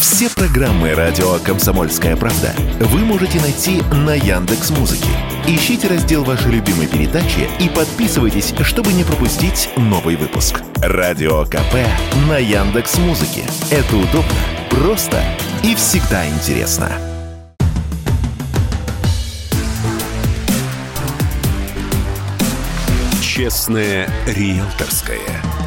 Все программы радио «Комсомольская правда» вы можете найти на Яндекс.Музыке. Ищите раздел вашей любимой передачи и подписывайтесь, чтобы не пропустить новый выпуск. Радио КП на Яндекс.Музыке. Это удобно, просто и всегда интересно. Честное риэлторское.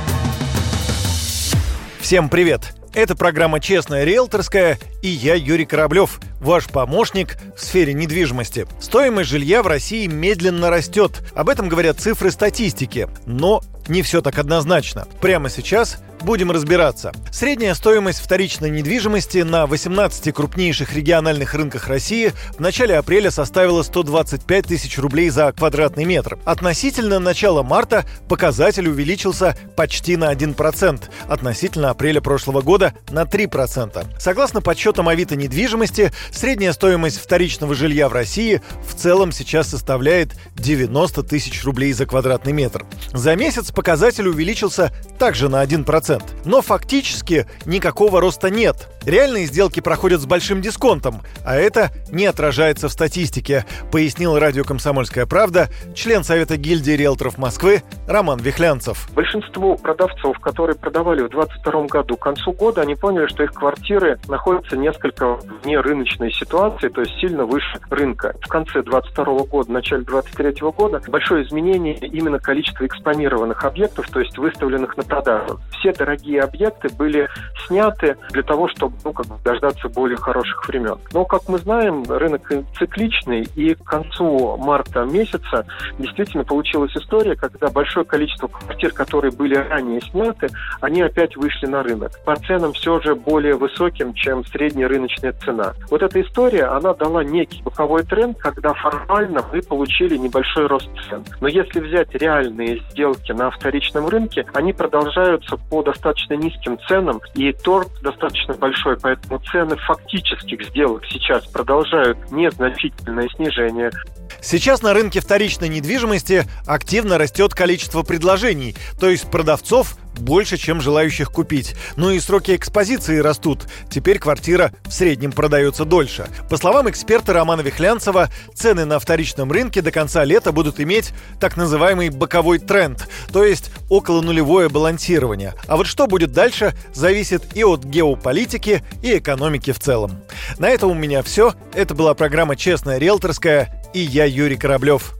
Всем привет! Это программа «Честная риэлторская» и я, Юрий Кораблев, ваш помощник в сфере недвижимости. Стоимость жилья в России медленно растет. Об этом говорят цифры статистики. Но не все так однозначно. Прямо сейчас будем разбираться. Средняя стоимость вторичной недвижимости на 18 крупнейших региональных рынках России в начале апреля составила 125 тысяч рублей за квадратный метр. Относительно начала марта показатель увеличился почти на 1%. Относительно апреля прошлого года на 3%. Согласно подсчетам Авито недвижимости, средняя стоимость вторичного жилья в России в целом сейчас составляет 90 тысяч рублей за квадратный метр. За месяц показатель увеличился также на 1%. Но фактически никакого роста нет. Реальные сделки проходят с большим дисконтом, а это не отражается в статистике, пояснил радио «Комсомольская правда» член Совета гильдии риэлторов Москвы Роман Вихлянцев. Большинство продавцов, которые продавали в 2022 году, к концу года они поняли, что их квартиры находятся несколько вне рыночной ситуации, то есть сильно выше рынка. В конце 2022 года, начале 2023 года большое изменение именно количества экспонированных объектов, то есть выставленных на продажу. Все дорогие объекты были сняты для того, чтобы дождаться более хороших времен. Но, как мы знаем, рынок цикличный, и к концу марта месяца действительно получилась история, когда большое количество квартир, которые были ранее сняты, они опять вышли на рынок. По ценам все же более высоким, чем средняя рыночная цена. Вот эта история, она дала некий боковой тренд, когда формально мы получили небольшой рост цен. Но если взять реальные сделки на вторичном рынке, они продолжаются по достаточно низким ценам, и торг достаточно большой, поэтому цены фактических сделок сейчас продолжают незначительное снижение. Сейчас на рынке вторичной недвижимости активно растет количество предложений, то есть продавцов больше, чем желающих купить. Ну и сроки экспозиции растут. Теперь квартира в среднем продается дольше. По словам эксперта Романа Вихлянцева, цены на вторичном рынке до конца лета будут иметь так называемый боковой тренд, то есть околонулевое балансирование. А вот что будет дальше, зависит и от геополитики, и экономики в целом. На этом у меня все. Это была программа «Честная риэлторская», и я, Юрий Кораблев.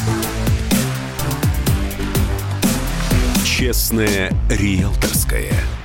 Честное риэлторское.